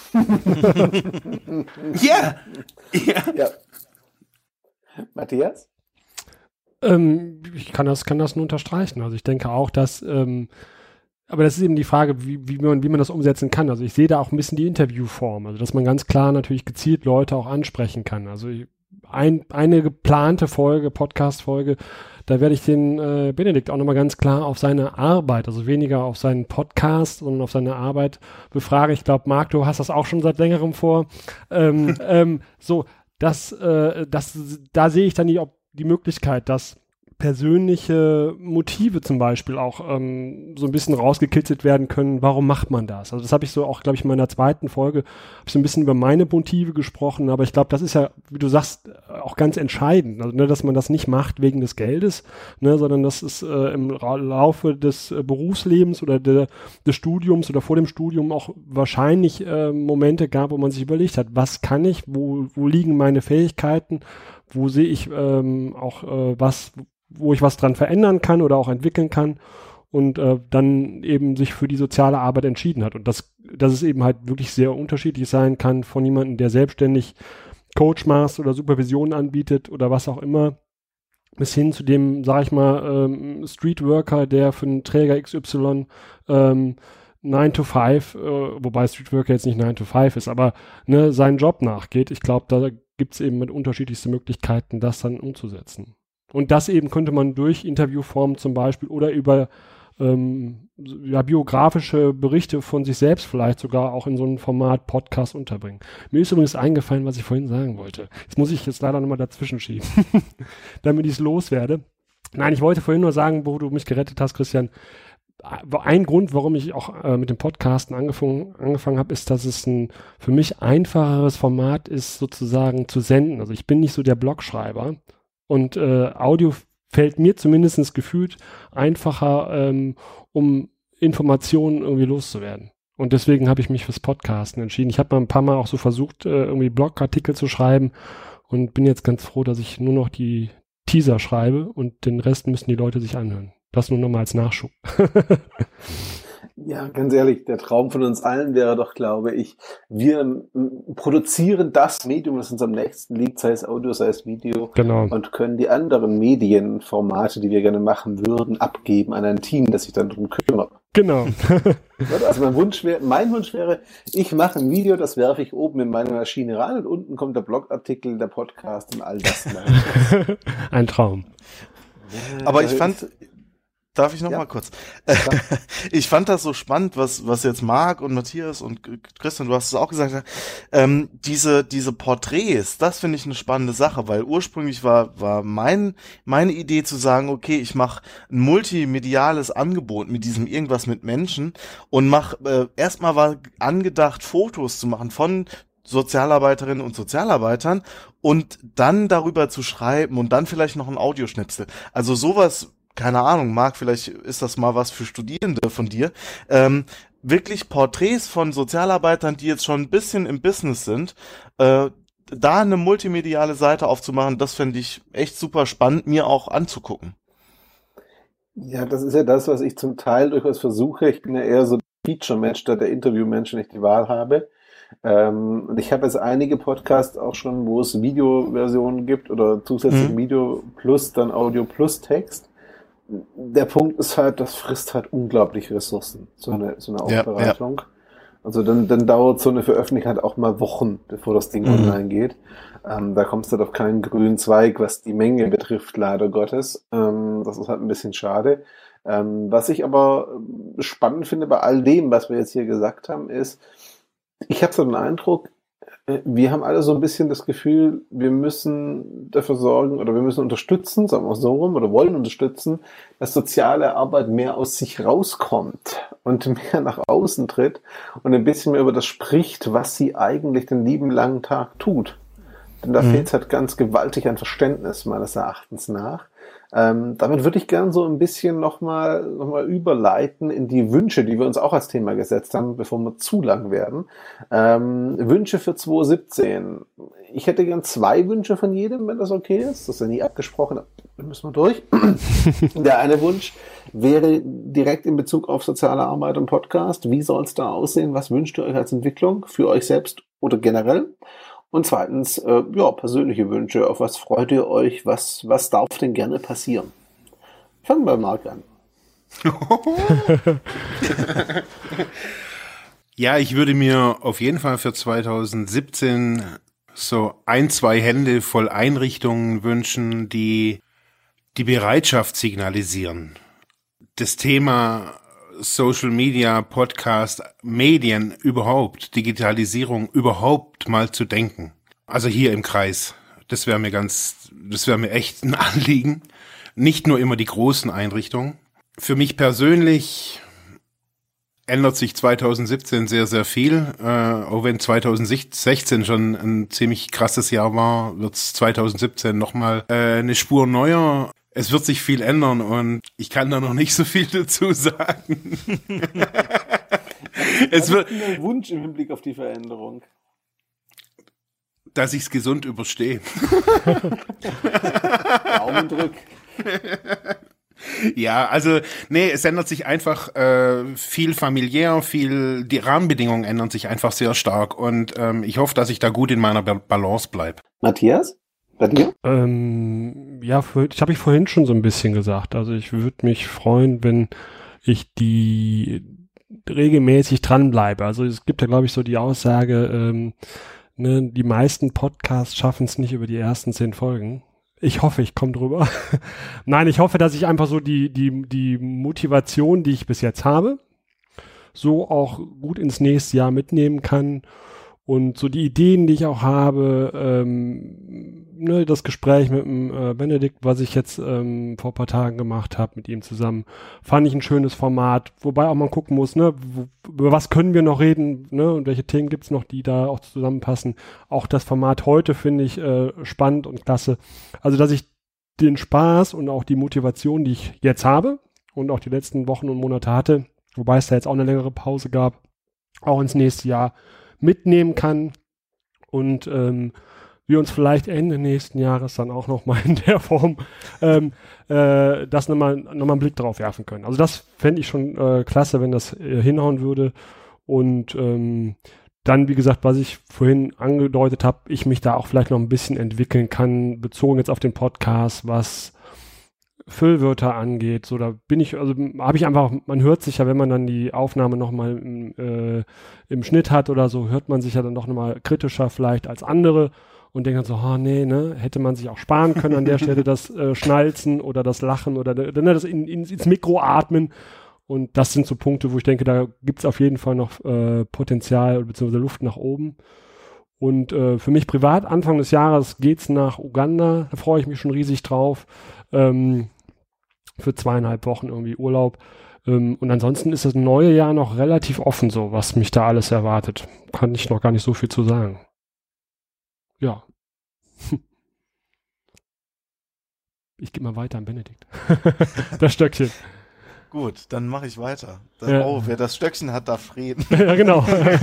Ja. ja. Ja. Matthias? Ähm, ich kann das, kann das nur unterstreichen. Also ich denke auch, dass, ähm, aber das ist eben die Frage, wie, wie, man, wie man das umsetzen kann. Also ich sehe da auch ein bisschen die Interviewform, also dass man ganz klar natürlich gezielt Leute auch ansprechen kann. Also ein, eine geplante Folge, Podcast-Folge, da werde ich den äh, Benedikt auch nochmal ganz klar auf seine Arbeit, also weniger auf seinen Podcast, sondern auf seine Arbeit befragen. Ich glaube, Marc, du hast das auch schon seit längerem vor. Ähm, ähm, so, das, äh, das, da sehe ich dann die, die Möglichkeit, dass persönliche Motive zum Beispiel auch ähm, so ein bisschen rausgekitzelt werden können. Warum macht man das? Also das habe ich so auch, glaube ich, in meiner zweiten Folge habe ich so ein bisschen über meine Motive gesprochen, aber ich glaube, das ist ja, wie du sagst, auch ganz entscheidend, also, ne, dass man das nicht macht wegen des Geldes, ne, sondern dass es äh, im Ra- Laufe des äh, Berufslebens oder de, des Studiums oder vor dem Studium auch wahrscheinlich äh, Momente gab, wo man sich überlegt hat, was kann ich, wo, wo liegen meine Fähigkeiten, wo sehe ich ähm, auch äh, was, wo ich was dran verändern kann oder auch entwickeln kann und äh, dann eben sich für die soziale Arbeit entschieden hat. Und das, dass es eben halt wirklich sehr unterschiedlich sein kann von jemandem, der selbstständig Coach macht oder Supervision anbietet oder was auch immer, bis hin zu dem, sag ich mal, ähm, Streetworker, der für einen Träger X Y ähm, nine to five, äh, wobei Streetworker jetzt nicht nine to five ist, aber ne, seinen Job nachgeht. Ich glaube, da gibt es eben mit unterschiedlichsten Möglichkeiten, das dann umzusetzen. Und das eben könnte man durch Interviewformen zum Beispiel oder über ähm, ja, biografische Berichte von sich selbst vielleicht sogar auch in so einem Format Podcast unterbringen. Mir ist übrigens eingefallen, was ich vorhin sagen wollte. Jetzt muss ich jetzt leider nochmal dazwischen schieben, damit ich es loswerde. Nein, ich wollte vorhin nur sagen, wo du mich gerettet hast, Christian. Ein Grund, warum ich auch äh, mit dem Podcasten angefangen, angefangen habe, ist, dass es ein für mich einfacheres Format ist, sozusagen zu senden. Also ich bin nicht so der Blogschreiber. Und äh, Audio fällt mir zumindest gefühlt einfacher, ähm, um Informationen irgendwie loszuwerden. Und deswegen habe ich mich fürs Podcasten entschieden. Ich habe mal ein paar Mal auch so versucht, äh, irgendwie Blogartikel zu schreiben und bin jetzt ganz froh, dass ich nur noch die Teaser schreibe und den Rest müssen die Leute sich anhören. Das nur nochmal als Nachschub. Ja, ganz ehrlich, der Traum von uns allen wäre doch, glaube ich, wir m, produzieren das Medium, das uns am nächsten liegt, sei es Audio, sei es Video, genau. Und können die anderen Medienformate, die wir gerne machen würden, abgeben an ein Team, das sich dann darum kümmert. Genau. Also mein Wunsch wäre, mein Wunsch wäre, ich mache ein Video, das werfe ich oben in meine Maschine rein und unten kommt der Blogartikel, der Podcast und all das. Ein Traum. Aber ich fand... Darf ich noch ja. mal kurz? Ich fand das so spannend, was was jetzt Marc und Matthias und Christian, du hast es auch gesagt, ähm, diese diese Porträts, das finde ich eine spannende Sache, weil ursprünglich war war mein meine Idee zu sagen, okay, ich mache ein multimediales Angebot mit diesem irgendwas mit Menschen und mach äh, erstmal war angedacht, Fotos zu machen von Sozialarbeiterinnen und Sozialarbeitern und dann darüber zu schreiben und dann vielleicht noch ein Audioschnipsel. Also sowas, keine Ahnung, Marc, vielleicht ist das mal was für Studierende von dir, ähm, wirklich Porträts von Sozialarbeitern, die jetzt schon ein bisschen im Business sind, äh, da eine multimediale Seite aufzumachen, das fände ich echt super spannend, mir auch anzugucken. Ja, das ist ja das, was ich zum Teil durchaus versuche. Ich bin ja eher so der Feature-Mensch, da der Interview-Mensch, wenn ich die Wahl habe. Ähm, und ich habe jetzt einige Podcasts auch schon, wo es Videoversionen gibt oder zusätzlich mhm. Video plus dann Audio plus Text. Der Punkt ist halt, das frisst halt unglaublich Ressourcen, so eine, so eine Aufbereitung. Ja, ja. Also dann, dann dauert so eine Veröffentlichung halt auch mal Wochen, bevor das Ding mhm. online geht. Ähm, da kommst du halt auf keinen grünen Zweig, was die Menge betrifft, leider Gottes. Ähm, das ist halt ein bisschen schade. Ähm, was ich aber spannend finde bei all dem, was wir jetzt hier gesagt haben, ist, ich habe so den Eindruck, wir haben alle so ein bisschen das Gefühl, wir müssen dafür sorgen oder wir müssen unterstützen, sagen wir so rum, oder wollen unterstützen, dass soziale Arbeit mehr aus sich rauskommt und mehr nach außen tritt und ein bisschen mehr über das spricht, was sie eigentlich den lieben langen Tag tut. Denn da mhm. fehlt es halt ganz gewaltig an Verständnis, meines Erachtens nach. Ähm, damit würde ich gern so ein bisschen nochmal noch mal überleiten in die Wünsche, die wir uns auch als Thema gesetzt haben, bevor wir zu lang werden. Ähm, Wünsche für zwanzig siebzehn. Ich hätte gern zwei Wünsche von jedem, wenn das okay ist. Das ist ja nie abgesprochen, dann müssen wir durch. Der eine Wunsch wäre direkt in Bezug auf soziale Arbeit und Podcast. Wie soll es da aussehen? Was wünscht ihr euch als Entwicklung für euch selbst oder generell? Und zweitens, äh, ja, persönliche Wünsche. Auf was freut ihr euch? Was, was darf denn gerne passieren? Fangen wir mal an. Ja, ich würde mir auf jeden Fall für zwanzig siebzehn so ein, zwei Hände voll Einrichtungen wünschen, die die Bereitschaft signalisieren. Das Thema Social Media, Podcast, Medien überhaupt, Digitalisierung überhaupt mal zu denken. Also hier im Kreis. Das wäre mir ganz, das wäre mir echt ein Anliegen. Nicht nur immer die großen Einrichtungen. Für mich persönlich ändert sich zwanzig siebzehn sehr, sehr viel. Äh, auch wenn zwanzig sechzehn schon ein ziemlich krasses Jahr war, wird es zwanzig siebzehn nochmal äh, eine Spur neuer. Es wird sich viel ändern und ich kann da noch nicht so viel dazu sagen. Es wird ein Wunsch im Hinblick auf die Veränderung. Dass ich es gesund überstehe. Daumen drück. Ja, also nee, es ändert sich einfach äh, viel familiär, viel, die Rahmenbedingungen ändern sich einfach sehr stark und ähm, ich hoffe, dass ich da gut in meiner ba- Balance bleibe. Matthias? Bei dir? Ähm, ja, für, ich habe ich vorhin schon so ein bisschen gesagt. Also ich würde mich freuen, wenn ich die regelmäßig dranbleibe. Also es gibt ja, glaube ich, so die Aussage, ähm, ne, die meisten Podcasts schaffen es nicht über die ersten zehn Folgen. Ich hoffe, ich komme drüber. Nein, ich hoffe, dass ich einfach so die, die, die Motivation, die ich bis jetzt habe, so auch gut ins nächste Jahr mitnehmen kann. Und so die Ideen, die ich auch habe, ähm, ne, das Gespräch mit dem äh, Benedikt, was ich jetzt ähm, vor ein paar Tagen gemacht habe mit ihm zusammen, fand ich ein schönes Format, wobei auch man gucken muss, ne, wo, über was können wir noch reden, ne, und welche Themen gibt's noch, die da auch zusammenpassen. Auch das Format heute finde ich äh, spannend und klasse. Also, dass ich den Spaß und auch die Motivation, die ich jetzt habe und auch die letzten Wochen und Monate hatte, wobei es da jetzt auch eine längere Pause gab, auch ins nächste Jahr mitnehmen kann und ähm, wir uns vielleicht Ende nächsten Jahres dann auch nochmal in der Form ähm, äh, das nochmal noch mal einen Blick drauf werfen können. Also das fände ich schon äh, klasse, wenn das äh, hinhauen würde und ähm, dann, wie gesagt, was ich vorhin angedeutet habe, ich mich da auch vielleicht noch ein bisschen entwickeln kann, bezogen jetzt auf den Podcast, was Füllwörter angeht, so da bin ich, also habe ich einfach, man hört sich ja, wenn man dann die Aufnahme nochmal im, äh, im Schnitt hat oder so, hört man sich ja dann doch nochmal kritischer vielleicht als andere und denkt dann so, oh nee, ne, hätte man sich auch sparen können an der Stelle das äh, Schnalzen oder das Lachen oder ne, das in, in, ins Mikro atmen und das sind so Punkte, wo ich denke, da gibt's auf jeden Fall noch äh, Potenzial bzw. Luft nach oben. Und äh, für mich privat, Anfang des Jahres geht's nach Uganda, da freue ich mich schon riesig drauf. Ähm, für zweieinhalb Wochen irgendwie Urlaub. Ähm, und ansonsten ist das neue Jahr noch relativ offen so, was mich da alles erwartet. Kann ich noch gar nicht so viel zu sagen. Ja. Ich gebe mal weiter an Benedikt. Das Stöckchen. Gut, dann mache ich weiter. Da, Ja. Oh, wer das Stöckchen hat, darf reden. Ja, genau.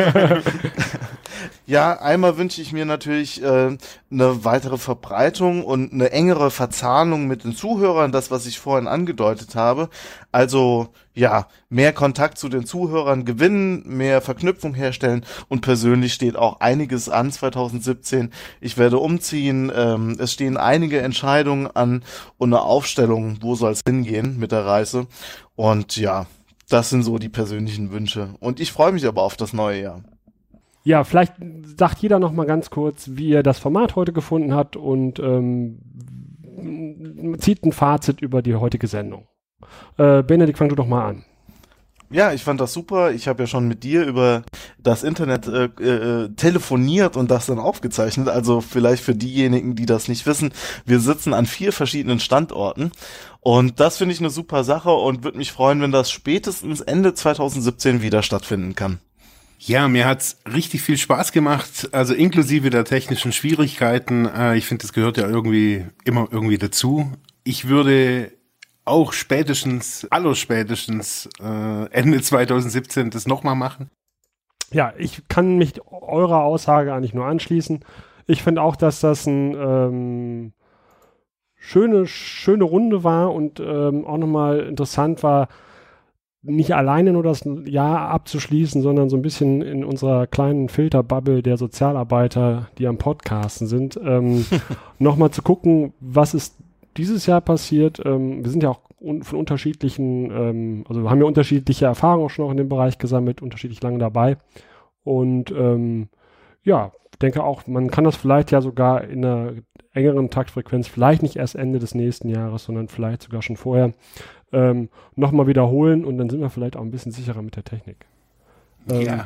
Ja, einmal wünsche ich mir natürlich äh, eine weitere Verbreitung und eine engere Verzahnung mit den Zuhörern, das, was ich vorhin angedeutet habe. Also ja, mehr Kontakt zu den Zuhörern gewinnen, mehr Verknüpfung herstellen und persönlich steht auch einiges an zwanzig siebzehn. Ich werde umziehen, ähm, es stehen einige Entscheidungen an und eine Aufstellung, wo soll es hingehen mit der Reise. Und ja, das sind so die persönlichen Wünsche. Und ich freue mich aber auf das neue Jahr. Ja, vielleicht sagt jeder noch mal ganz kurz, wie er das Format heute gefunden hat und ähm, zieht ein Fazit über die heutige Sendung. Äh, Benedikt, fang du doch mal an. Ja, ich fand das super. Ich habe ja schon mit dir über das Internet äh, äh, telefoniert und das dann aufgezeichnet. Also vielleicht für diejenigen, die das nicht wissen, wir sitzen an vier verschiedenen Standorten. Und das finde ich eine super Sache und würde mich freuen, wenn das spätestens Ende zwanzig siebzehn wieder stattfinden kann. Ja, mir hat's richtig viel Spaß gemacht, also inklusive der technischen Schwierigkeiten. Äh, ich finde, das gehört ja irgendwie immer irgendwie dazu. ich würde auch spätestens, allerspätestens äh, Ende zwanzig siebzehn das nochmal machen. Ja, ich kann mich eurer Aussage eigentlich nur anschließen. Ich finde auch, dass das ein ähm, schöne, schöne Runde war und ähm, auch nochmal interessant war, nicht alleine nur das Jahr abzuschließen, sondern so ein bisschen in unserer kleinen Filterbubble der Sozialarbeiter, die am Podcasten sind, ähm, nochmal zu gucken, was ist dieses Jahr passiert. Ähm, wir sind ja auch un- von unterschiedlichen, ähm, also wir haben ja unterschiedliche Erfahrungen auch schon auch in dem Bereich gesammelt, unterschiedlich lange dabei. Und ähm, ja, ich denke auch, man kann das vielleicht ja sogar in einer engeren Taktfrequenz, vielleicht nicht erst Ende des nächsten Jahres, sondern vielleicht sogar schon vorher, ähm, nochmal wiederholen und dann sind wir vielleicht auch ein bisschen sicherer mit der Technik. Ähm, Ja.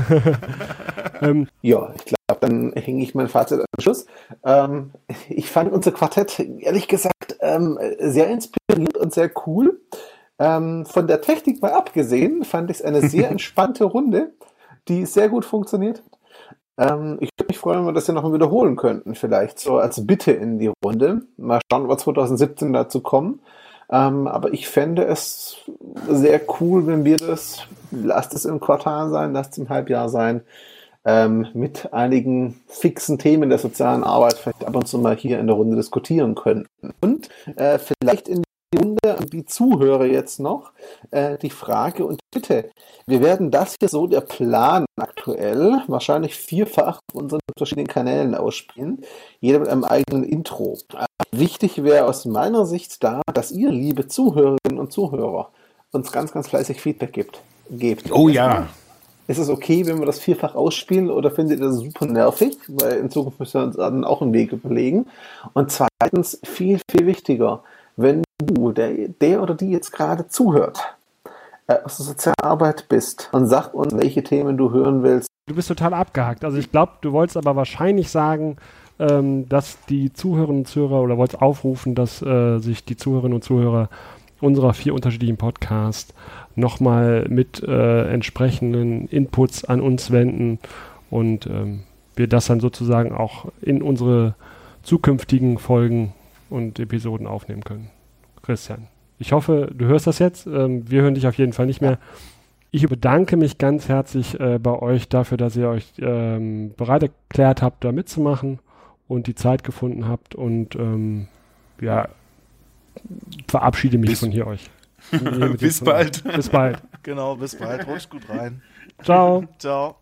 ähm, ja, ich glaube, dann hänge ich mein Fazit an den Schluss. Ähm, ich fand unser Quartett, ehrlich gesagt, ähm, sehr inspirierend und sehr cool. Ähm, von der Technik mal abgesehen, fand ich es eine sehr entspannte Runde, die sehr gut funktioniert. Ähm, ich würde mich freuen, wenn wir das ja nochmal wiederholen könnten, vielleicht so als Bitte in die Runde. Mal schauen, ob wir zwanzig siebzehn dazu kommen. Ähm, aber ich fände es sehr cool, wenn wir das, lasst es im Quartal sein, lasst es im Halbjahr sein, ähm, mit einigen fixen Themen der sozialen Arbeit vielleicht ab und zu mal hier in der Runde diskutieren könnten. Und äh, vielleicht in die Runde an die Zuhörer jetzt noch äh, die Frage und Bitte. Wir werden das hier so, der Plan aktuell, wahrscheinlich vierfach auf unseren verschiedenen Kanälen ausspielen, jeder mit einem eigenen Intro. Wichtig wäre aus meiner Sicht da, dass ihr, liebe Zuhörerinnen und Zuhörer, uns ganz, ganz fleißig Feedback gibt. gebt. Oh ja. Ist es okay, wenn wir das vierfach ausspielen oder findet ihr das super nervig? Weil in Zukunft müssen wir uns dann auch einen Weg überlegen. Und zweitens, viel, viel wichtiger, wenn du, der, der oder die jetzt gerade zuhört, äh, aus der Sozialarbeit bist und sag uns, welche Themen du hören willst. Du bist total abgehakt. Also ich glaube, du wolltest aber wahrscheinlich sagen, ähm, dass die Zuhörerinnen und Zuhörer oder wolltest aufrufen, dass äh, sich die Zuhörerinnen und Zuhörer unserer vier unterschiedlichen Podcasts nochmal mit äh, entsprechenden Inputs an uns wenden und ähm, wir das dann sozusagen auch in unsere zukünftigen Folgen und Episoden aufnehmen können. Christian, ich hoffe, du hörst das jetzt. Ähm, wir hören dich auf jeden Fall nicht mehr. Ich bedanke mich ganz herzlich äh, bei euch dafür, dass ihr euch ähm, bereit erklärt habt, da mitzumachen und die Zeit gefunden habt und ähm, ja, verabschiede mich bis, von hier euch. Bis bald. Bis bald. Genau, bis bald. Rutscht gut rein. Ciao. Ciao.